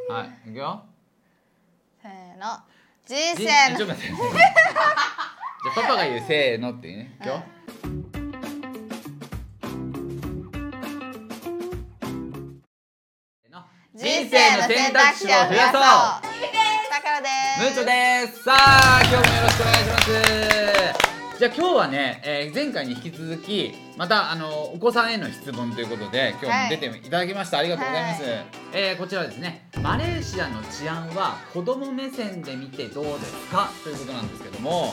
はい、いくよ。 せーの。人生のちょっと待ってじゃあパパが言うせーのってね、いくよ。人生の選択肢を増やそう。 さくらでムーチョです。さあ、今日もよろしくお願いします。じゃあ今日はね、前回に引き続きまたお子さんへの質問ということで今日も出ていただきました、ありがとうございます、こちらですね、マレーシアの治安は子供目線で見てどうですかということなんですけども、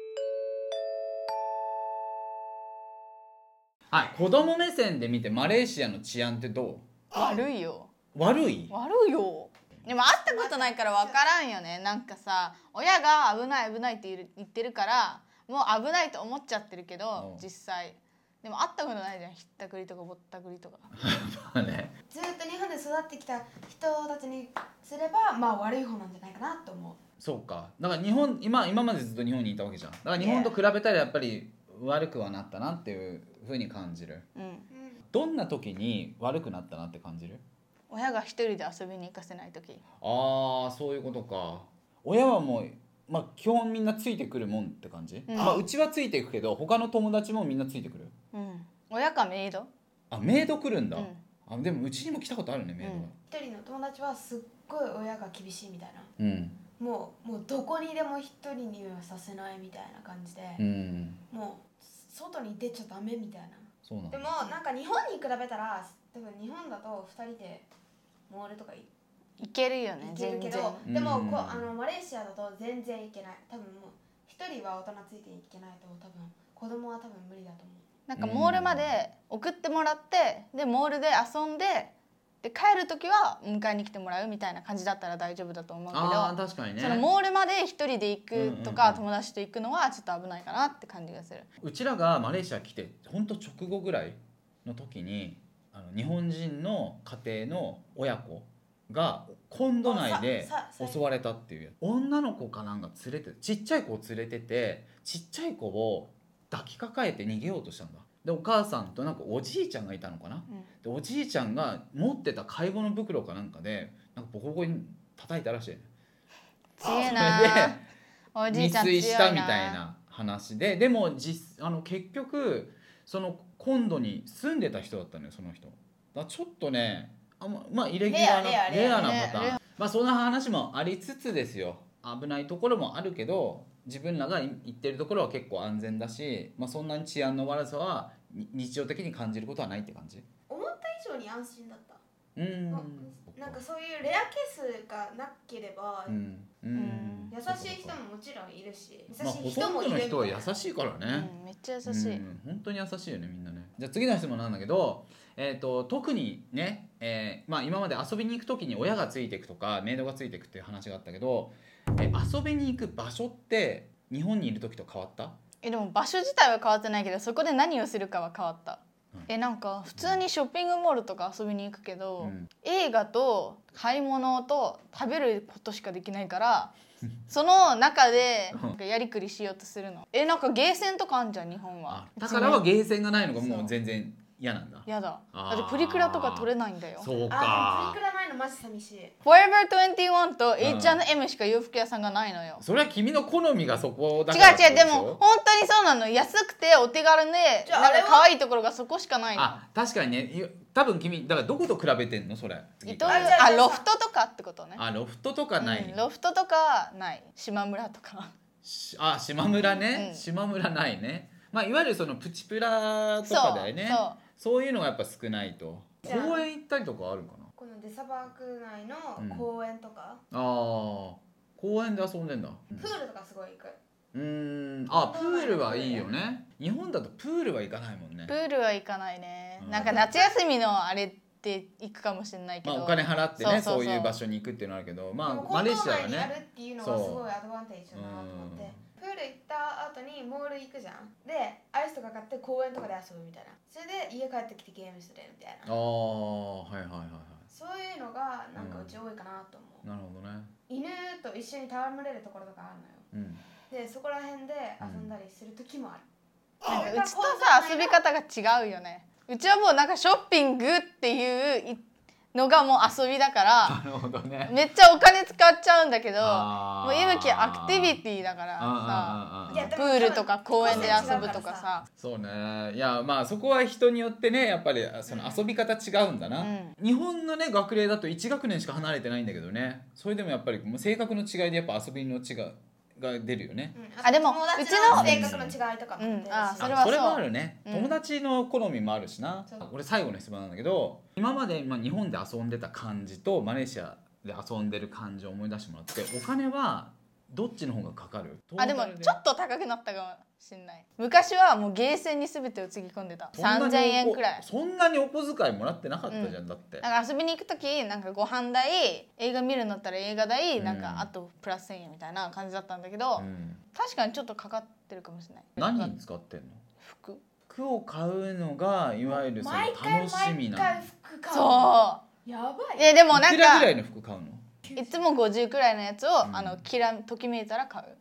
はい、子供目線で見てマレーシアの治安ってどう？ 悪いよ。 悪い？ 悪いよ。でも会ったことないから分からんよね。なんかさ、親が危ない危ないって言ってるからもう危ないと思っちゃってるけど、実際でも会ったことないじゃん。ひったくりとかぼったくりとかまあね、 ずっと日本で育ってきた人たちにすればまあ悪い方なんじゃないかなと思う。 そうか。だから今までずっと日本にいたわけじゃん。だから日本と比べたらやっぱり悪くはなったなっていう風に感じる。どんな時に悪くなったなって感じる？ 親が一人で遊びに行かせない時。 ああ、そういうことか。親はもうまあ基本みんなついてくるもんって感じ？まあうちはついていくけど他の友達もみんなついてくる？ 親かメイド？ あ、メイド来るんだ。あ、でもうちにも来たことあるね、メイドは。一人の友達はすっごい親が厳しいみたいな。もうどこにでも一人にはさせないみたいな感じで、もう外に出ちゃダメみたいな。 そうなんだ。 でもなんか日本に比べたら多分日本だと2人でモールとか行けるよね。 行けるけど、でもマレーシアだと全然行けない。多分もう1人は大人ついていけないと多分子供は多分無理だと思う。 なんかモールまで送ってもらってでモールで遊んで帰る時は迎えに来てもらうみたいな感じだったら大丈夫だと思うけど、 確かにね、 そのモールまで一人で行くとか、友達と行くのはちょっと危ないかなって感じがする。 うちらがマレーシア来てほんと直後ぐらいの時に日本人の家庭の親子がコンド内で襲われたっていう、女の子かなんか連れて、ちっちゃい子を連れてて、ちっちゃい子を抱きかかえて逃げようとしたんだ。でお母さんとなんかおじいちゃんがいたのかな、でおじいちゃんが持ってた買い物袋かなんかでなんかボコボコに叩いたらしい。 強いな。おじいちゃん強いな。 未遂したみたいな話で、でも結局そのコンドに住んでた人だったのよ、その人。だからちょっとね、まあイレギュラーなレアなパターン。まあそんな話もありつつですよ。危ないところもあるけど、自分らが行ってるところは結構安全だし、まあそんなに治安の悪さは日常的に感じることはないって感じ。 思った以上に安心だった。なんかそういうレアケースがなければ、優しい人ももちろんいるし、優しい人もいる。 ほとんどの人は優しいからね。 めっちゃ優しい。 本当に優しいよね、みんなね。じゃあ次の質問なんだけど、特にね、まあ今まで遊びに行く時に親がついていくとかメイドがついていくっていう話があったけど、遊びに行く場所って日本にいる時と変わった？ でも場所自体は変わってないけど、そこで何をするかは変わった。なんか普通にショッピングモールとか遊びに行くけど、映画と買い物と食べることしかできないからその中でやりくりしようとするの。なんかゲーセンとかあんじゃん日本は。 だからはゲーセンがないのがもう全然嫌なんだ。 嫌だ。だってプリクラとか撮れないんだよ。 そうか。 プリクラないのマジ寂しい。 Forever 21と H&M しか洋服屋さんがないのよ。 それは君の好みがそこだから。 違う、でも本当にそうなの。安くてお手軽でなんか可愛いところがそこしかないの。 確かにね。多分君だからどこと比べてんのそれ？ ロフトとかってことね。 ロフトとかない。 ロフトとかない。島村とか。 島村ね。島村ないね。まあいわゆるそのプチプラとかだよね。そういうのがやっぱ少ないと。公園行ったりとかあるかな？ このデサバーク内の公園とか。 公園で遊んでんだ。 プールとかすごい行く。 プールはいいよね。日本だとプールは行かないもんね。 プールは行かないね。なんか夏休みのあれって行くかもしれないけど、 お金払ってね、そういう場所に行くっていうのはあるけど、まあマレーシアはね、 コンド内にあるっていうのがすごいアドバンテージだなと思って。プール行った後にモール行くじゃん。でアイスとか買って公園とかで遊ぶみたいな。それで家帰ってきてゲームするみたいな。そういうのがなんかうち多いかなと思う。 なるほどね。 犬と一緒に戯れるところとかあるのよ。でそこら辺で遊んだりする時もある。 なんかうちとさ遊び方が違うよね。うちはもうなんかショッピングっていうのがもう遊びだから、 なるほどね、 めっちゃお金使っちゃうんだけど、もういぶきアクティビティだからさ、プールとか公園で遊ぶとかさ。 そうね。いやまあそこは人によってねやっぱりその遊び方違うんだな、日本のね学齢だと1学年しか離れてないんだけどね、それでもやっぱりもう性格の違いでやっぱ遊びの違いが出るよね。 あでもうちの性格の違いとかも出るし、 それはあるね。友達の好みもあるしな。これ最後の質問なんだけど、今まで日本で遊んでた感じとマレーシアで遊んでる感じを思い出してもらって、お金はどっちの方がかかる？ でもちょっと高くなったかもしんない。昔はもうゲーセンに全てをつぎ込んでた。3000円くらい。 そんなにお小遣いもらってなかったじゃん、だって。 なんか遊びに行く時なんかご飯代、映画見るんだったら映画代、なんかあとプラス1000円みたいな感じだったんだけど、確かにちょっとかかってるかもしれない。 何に使ってんの？服を買うのがいわゆるその楽しみなの。 そう。 やばい。 でもなんかいくらぐらいの服買うの？ いつも50くらいのやつをときめいたら買う。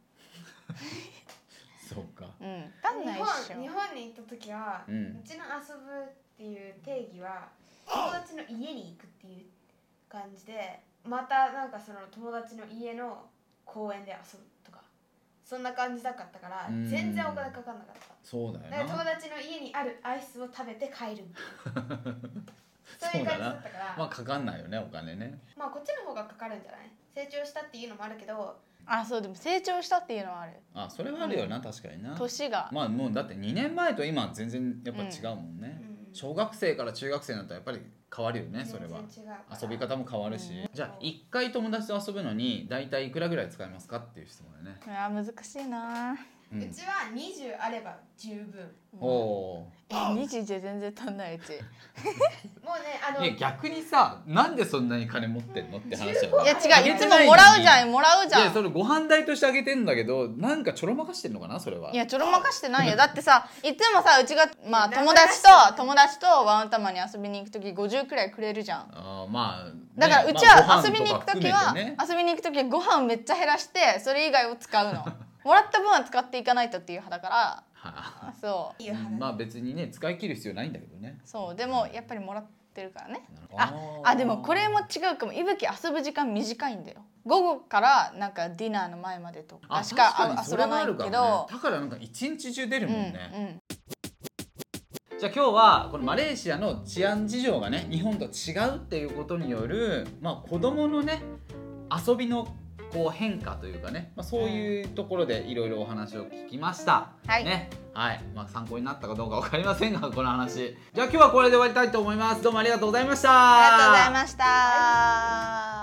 そうか。 分かんないっしょ。 日本に行った時は、うちの遊ぶっていう定義は友達の家に行くっていう感じで、またなんかその友達の家の公園で遊ぶとかそんな感じだったから、全然お金かかんなかった。 そうだよな。 だから友達の家にあるアイスを食べて帰るそういう感じだったから、 まあかかんないよね、お金ね。 まあこっちの方がかかるんじゃない？成長したっていうのもあるけど。 そうでも成長したっていうのはある。 それはあるよな、確かにな。 年がまあもうだって2年前と今全然やっぱ違うもんね、小学生から中学生になったらやっぱり変わるよね、それは。遊び方も変わるし、じゃあ1回友達と遊ぶのに大体いくらぐらい使いますかっていう質問だね。 難しいな。 うちは20あれば十分。 20じゃ全然足んないうち。 もうね、 逆にさ、なんでそんなに金持ってんのって話だよ。 いや違う、いつももらうじゃん、もらうじゃん。 それご飯代としてあげてんだけど、なんかちょろまかしてんのかな、それは。 いやちょろまかしてないよ。だってさ、いつもさ、うちがまあ友達とワンタマに遊びに行く時50くらいくれるじゃん。だからうちは遊びに行く時はご飯めっちゃ減らしてそれ以外を使うの。もらった分は使っていかないとっていう派だから。そう。 まあ別にね使い切る必要ないんだけどね。 そうでもやっぱりもらってるからね。でもこれも違うかも。いぶき遊ぶ時間短いんだよ。午後からなんかディナーの前までとかしか遊ばないけど、 だからなんか一日中出るもんね。じゃあ今日はこのマレーシアの治安事情がね日本と違うっていうことによる子供のね遊びのこう変化というかね、そういうところでいろいろお話を聞きました。ね、参考になったかどうかわかりませんがこの話。じゃあ今日はこれで終わりたいと思います。どうもありがとうございました。 ありがとうございました。